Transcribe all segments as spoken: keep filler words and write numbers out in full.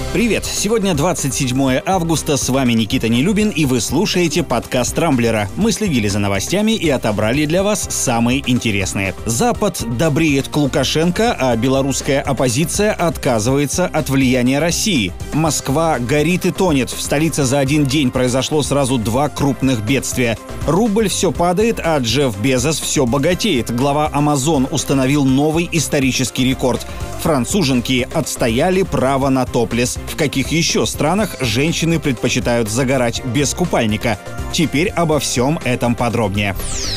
Привет! Сегодня двадцать седьмое августа, с вами Никита Нелюбин, и вы слушаете подкаст «Рамблера». Мы следили за новостями и отобрали для вас самые интересные. Запад добреет к Лукашенко, а белорусская оппозиция отказывается от влияния России. Москва горит и тонет. В столице за один день произошло сразу два крупных бедствия. Рубль все падает, а Джефф Безос все богатеет. Глава Amazon установил новый исторический рекорд. Француженки отстояли право на топлес. В каких еще странах женщины предпочитают загорать без купальника? Теперь обо всем этом подробнее.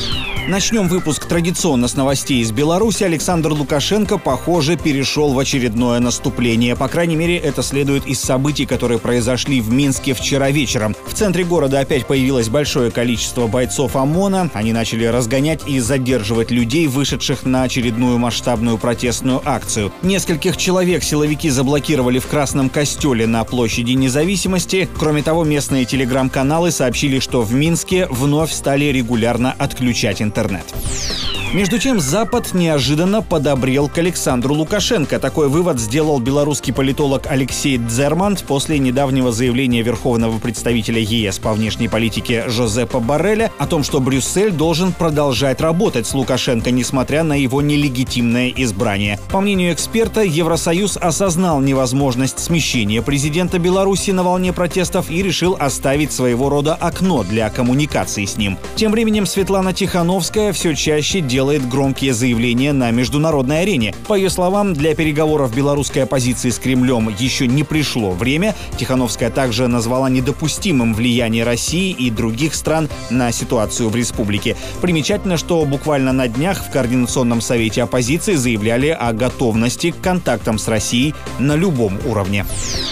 Начнем выпуск традиционно с новостей из Беларуси. Александр Лукашенко, похоже, перешел в очередное наступление. По крайней мере, это следует из событий, которые произошли в Минске вчера вечером. В центре города опять появилось большое количество бойцов ОМОНа. Они начали разгонять и задерживать людей, вышедших на очередную масштабную протестную акцию. Нескольких человек силовики заблокировали в Красном Костеле на площади Независимости. Кроме того, местные телеграм-каналы сообщили, что в Минске вновь стали регулярно отключать интернет. Интернет. Между тем, Запад неожиданно подобрел к Александру Лукашенко. Такой вывод сделал белорусский политолог Алексей Дзермант после недавнего заявления верховного представителя ЕС по внешней политике Жозепа Борреля о том, что Брюссель должен продолжать работать с Лукашенко, несмотря на его нелегитимное избрание. По мнению эксперта, Евросоюз осознал невозможность смещения президента Беларуси на волне протестов и решил оставить своего рода окно для коммуникации с ним. Тем временем Светлана Тихановская все чаще делает делает громкие заявления на международной арене. По ее словам, для переговоров белорусской оппозиции с Кремлем еще не пришло время. Тихановская также назвала недопустимым влияние России и других стран на ситуацию в республике. Примечательно, что буквально на днях в Координационном совете оппозиции заявляли о готовности к контактам с Россией на любом уровне.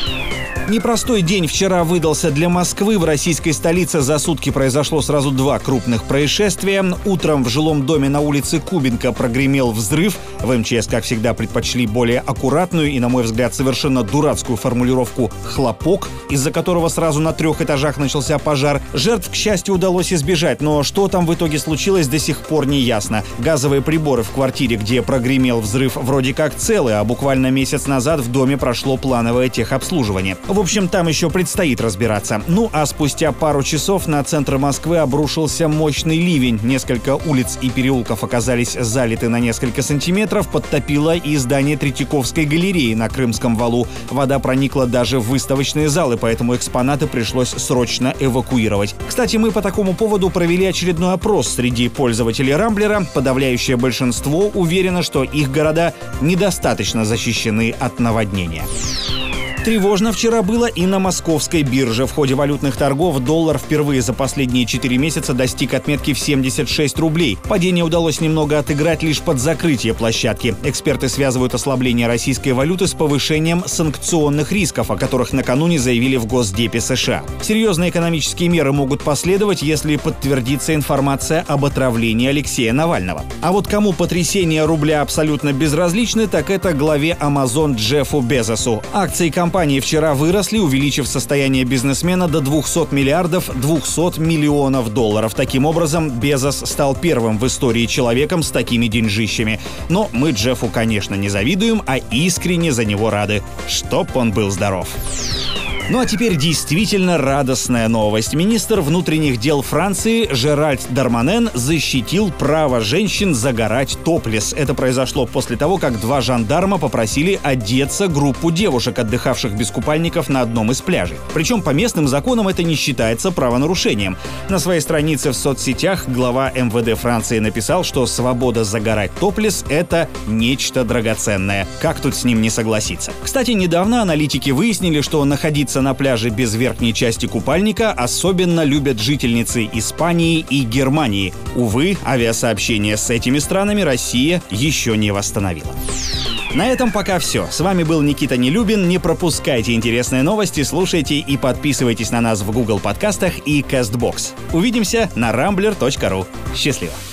Непростой день вчера выдался для Москвы. В российской столице за сутки произошло сразу два крупных происшествия. Утром в жилом доме на улице Кубинка прогремел взрыв. В МЧС, как всегда, предпочли более аккуратную и, на мой взгляд, совершенно дурацкую формулировку «хлопок», из-за которого сразу на трех этажах начался пожар. Жертв, к счастью, удалось избежать, но что там в итоге случилось, до сих пор не ясно. Газовые приборы в квартире, где прогремел взрыв, вроде как целы, а буквально месяц назад в доме прошло плановое техобслуживание. В общем, там еще предстоит разбираться. Ну а спустя пару часов на центр Москвы обрушился мощный ливень. Несколько улиц и переулков оказались залиты на несколько сантиметров, подтопило и здание Третьяковской галереи на Крымском валу. Вода проникла даже в выставочные залы, поэтому экспонаты пришлось срочно эвакуировать. Кстати, мы по такому поводу провели очередной опрос среди пользователей Рамблера. Подавляющее большинство уверено, что их города недостаточно защищены от наводнения. Тревожно вчера было и на московской бирже. В ходе валютных торгов доллар впервые за последние четыре месяца достиг отметки в семьдесят шесть рублей. Падение удалось немного отыграть лишь под закрытие площадки. Эксперты связывают ослабление российской валюты с повышением санкционных рисков, о которых накануне заявили в Госдепе США. Серьезные экономические меры могут последовать, если подтвердится информация об отравлении Алексея Навального. А вот кому потрясения рубля абсолютно безразличны, так это главе Amazon Джеффу Безосу. Акции компании Компании вчера выросли, увеличив состояние бизнесмена до двухсот миллиардов двухсот миллионов долларов. Таким образом, Безос стал первым в истории человеком с такими деньжищами. Но мы Джеффу, конечно, не завидуем, а искренне за него рады. Чтоб он был здоров. Ну а теперь действительно радостная новость. Министр внутренних дел Франции Жеральд Дарманен защитил право женщин загорать топлес. Это произошло после того, как два жандарма попросили одеться группу девушек, отдыхавших без купальников на одном из пляжей. Причем по местным законам это не считается правонарушением. На своей странице в соцсетях глава эм вэ дэ Франции написал, что свобода загорать топлес — это нечто драгоценное. Как тут с ним не согласиться? Кстати, недавно аналитики выяснили, что находиться на пляже без верхней части купальника особенно любят жительницы Испании и Германии. Увы, авиасообщение с этими странами Россия еще не восстановила. На этом пока все. С вами был Никита Нелюбин. Не пропускайте интересные новости, слушайте и подписывайтесь на нас в Google подкастах и Castbox. Увидимся на рамблер точка ру. Счастливо!